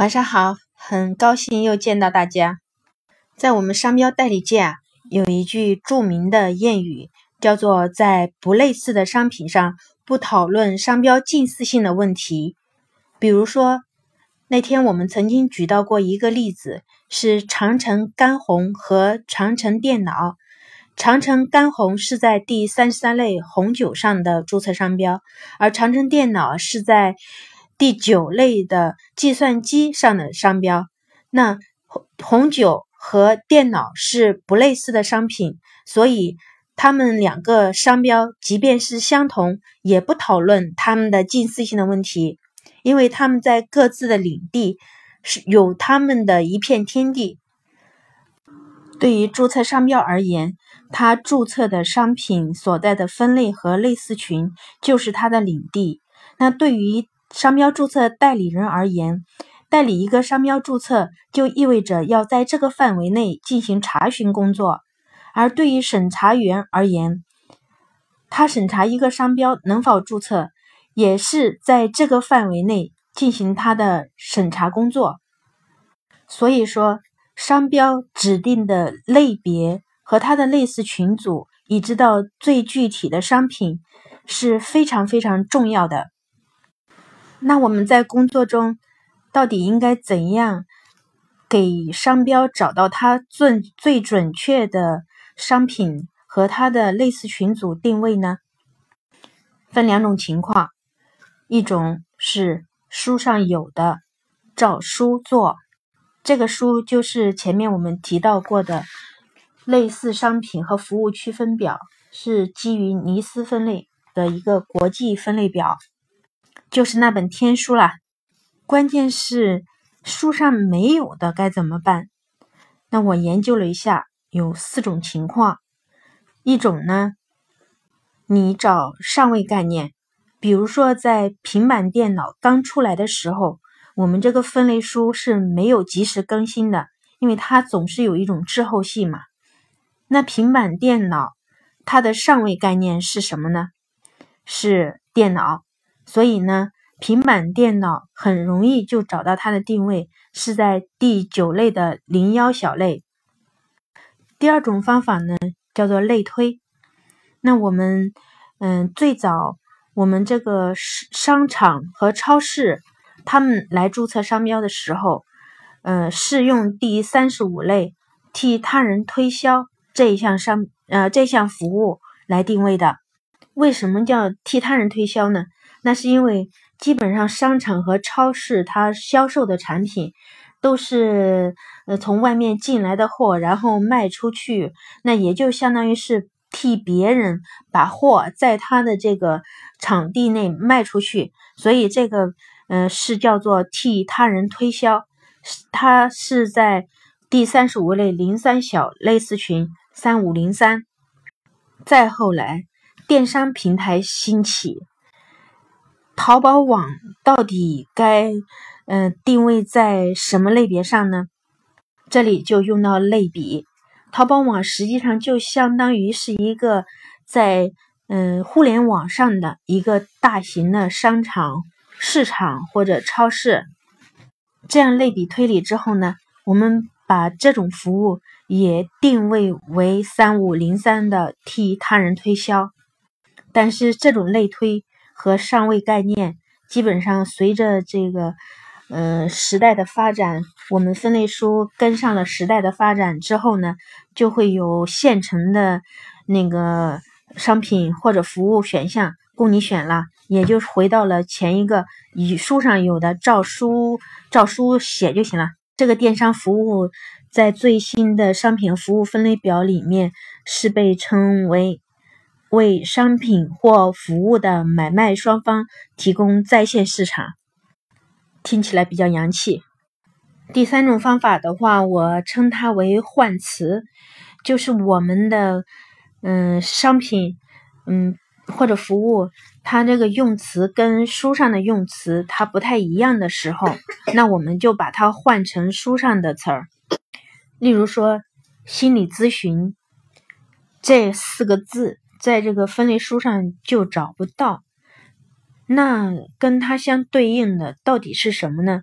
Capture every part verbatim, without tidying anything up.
晚上好，很高兴又见到大家。在我们商标代理界啊，有一句著名的谚语，叫做在不类似的商品上不讨论商标近似性的问题。比如说，那天我们曾经举到过一个例子，是长城干红和长城电脑。长城干红是在第三十三类红酒上的注册商标，而长城电脑是在第九类的计算机上的商标。那红酒和电脑是不类似的商品，所以他们两个商标即便是相同，也不讨论他们的近似性的问题，因为他们在各自的领地是有他们的一片天地。对于注册商标而言，它注册的商品所在的分类和类似群就是它的领地。那对于商标注册代理人而言，代理一个商标注册就意味着要在这个范围内进行查询工作，而对于审查员而言，他审查一个商标能否注册，也是在这个范围内进行他的审查工作。所以说，商标指定的类别和它的类似群组，以知道最具体的商品是非常非常重要的。那我们在工作中到底应该怎样给商标找到它最最准确的商品和它的类似群组定位呢？分两种情况，一种是书上有的，照书做。这个书就是前面我们提到过的类似商品和服务区分表，是基于尼斯分类的一个国际分类表，就是那本天书啦。关键是书上没有的该怎么办？那我研究了一下，有四种情况。一种呢，你找上位概念，比如说在平板电脑刚出来的时候，我们这个分类书是没有及时更新的，因为它总是有一种滞后性嘛。那平板电脑它的上位概念是什么呢？是电脑，所以呢，平板电脑很容易就找到它的定位，是在第九类的零一小类。第二种方法呢，叫做类推。那我们嗯，最早我们这个商场和超市他们来注册商标的时候，呃，是用第三十五类替他人推销这一项商呃这项服务来定位的。为什么叫替他人推销呢？那是因为基本上商场和超市它销售的产品都是呃从外面进来的货，然后卖出去，那也就相当于是替别人把货在他的这个场地内卖出去，所以这个呃是叫做替他人推销，它是在第三十五类零三小类似群三五零三。再后来电商平台兴起，淘宝网到底该呃定位在什么类别上呢？这里就用到类比。淘宝网实际上就相当于是一个在嗯、呃、互联网上的一个大型的商场、市场或者超市。这样类比推理之后呢，我们把这种服务也定位为三五零三的替他人推销。但是这种类推和上位概念基本上随着这个呃时代的发展，我们分类书跟上了时代的发展之后呢，就会有现成的那个商品或者服务选项供你选了，也就回到了前一个以书上有的照书照书写就行了。这个电商服务在最新的商品服务分类表里面是被称为为商品或服务的买卖双方提供在线市场，听起来比较洋气。第三种方法的话，我称它为换词，就是我们的嗯商品嗯或者服务，它这个用词跟书上的用词它不太一样的时候，那我们就把它换成书上的词儿。例如说心理咨询这四个字在这个分类书上就找不到，那跟它相对应的到底是什么呢？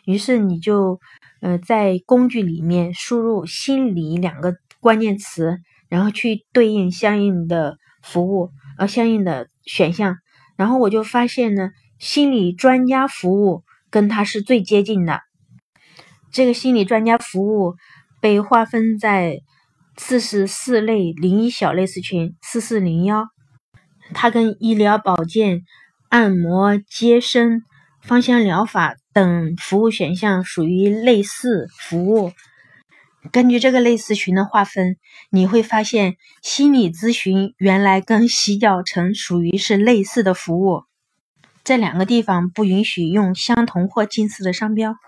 于是你就呃在工具里面输入心理两个关键词，然后去对应相应的服务呃相应的选项，然后我就发现呢，心理专家服务跟它是最接近的。这个心理专家服务被划分在四十四类零一小类似群四四零一，它跟医疗保健、按摩、接生、芳香疗法等服务选项属于类似服务。根据这个类似群的划分，你会发现心理咨询原来跟洗脚城属于是类似的服务，这两个地方不允许用相同或近似的商标。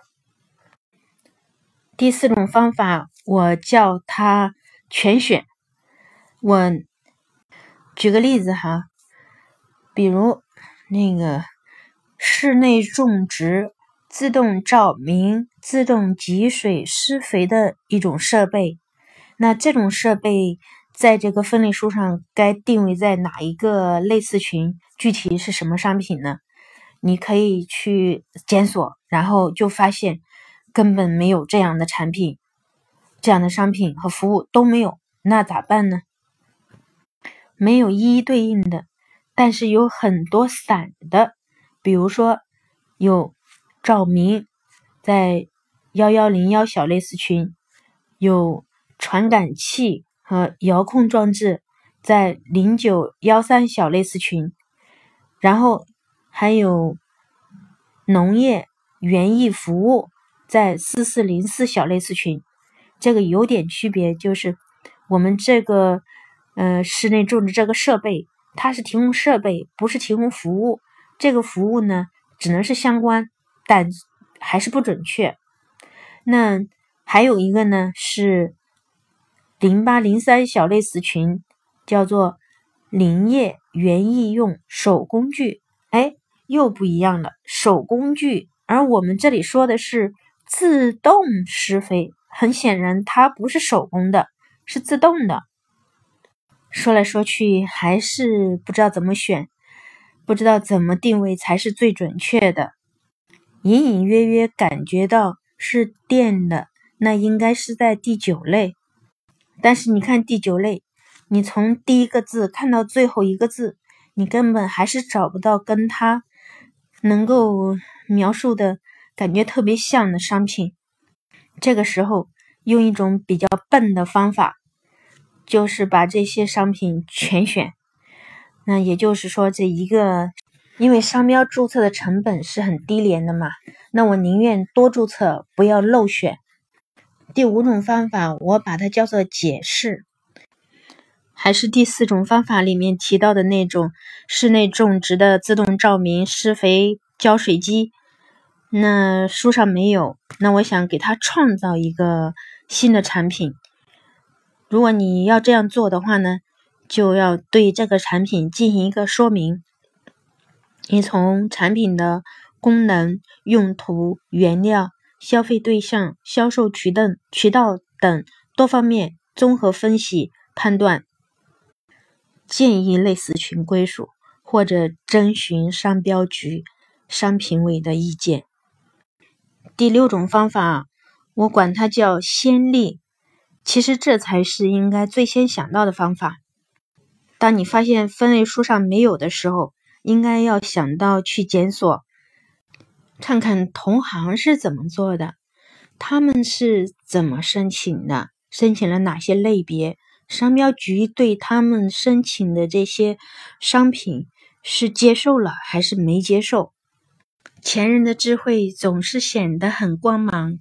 第四种方法我叫它全选。我举个例子哈，比如那个室内种植、自动照明、自动集水施肥的一种设备，那这种设备在这个分类书上该定位在哪一个类似群，具体是什么商品呢？你可以去检索，然后就发现根本没有这样的产品，这样的商品和服务都没有，那咋办呢？没有一一对应的，但是有很多散的，比如说有照明在一一零一小类似群，有传感器和遥控装置在零九一三小类似群，然后还有农业园艺服务在四四零四小类似群。这个有点区别，就是我们这个呃室内种植这个设备，它是提供设备，不是提供服务。这个服务呢，只能是相关，但还是不准确。那还有一个呢是零八零三小类似群，叫做林业园艺用手工具，哎，又不一样了，手工具，而我们这里说的是自动施肥，很显然它不是手工的，是自动的。说来说去还是不知道怎么选，不知道怎么定位才是最准确的，隐隐约约感觉到是电的，那应该是在第九类。但是你看第九类，你从第一个字看到最后一个字，你根本还是找不到跟它能够描述的感觉特别像的商品。这个时候用一种比较笨的方法，就是把这些商品全选。那也就是说，这一个因为商标注册的成本是很低廉的嘛，那我宁愿多注册，不要漏选。第五种方法我把它叫做解释，还是第四种方法里面提到的那种室内种植的自动照明、施肥、浇水机，那书上没有，那我想给它创造一个新的产品。如果你要这样做的话呢，就要对这个产品进行一个说明，你从产品的功能、用途、原料、消费对象、销售渠道渠道等多方面综合分析判断，建议类似群归属，或者征询商标局、商品委的意见。第六种方法，我管它叫先例，其实这才是应该最先想到的方法。当你发现分类书上没有的时候，应该要想到去检索，看看同行是怎么做的，他们是怎么申请的，申请了哪些类别，商标局对他们申请的这些商品是接受了还是没接受。前人的智慧总是显得很光芒。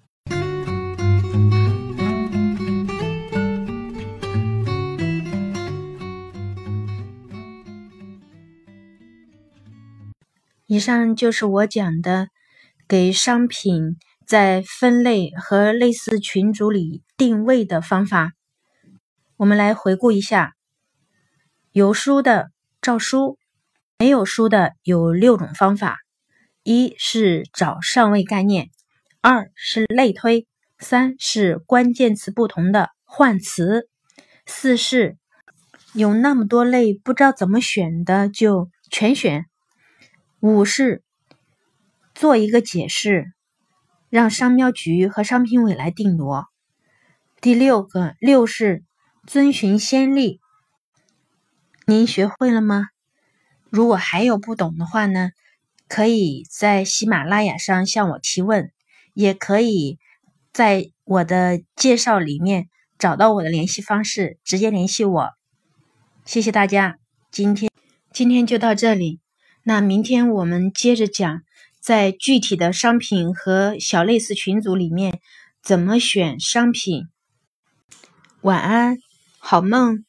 以上就是我讲的给商品在分类和类似群组里定位的方法。我们来回顾一下，有书的照书，没有书的有六种方法：一是找上位概念，二是类推，三是关键词不同的换词，四是有那么多类不知道怎么选的就全选，五是做一个解释， 让商标局和商品委来定夺。第六个，六是遵循先例。您学会了吗？如果还有不懂的话呢，可以在喜马拉雅上向我提问，也可以在我的介绍里面找到我的联系方式，直接联系我。谢谢大家，今天今天就到这里。那明天我们接着讲，在具体的商品和小类似群组里面怎么选商品。晚安，好梦。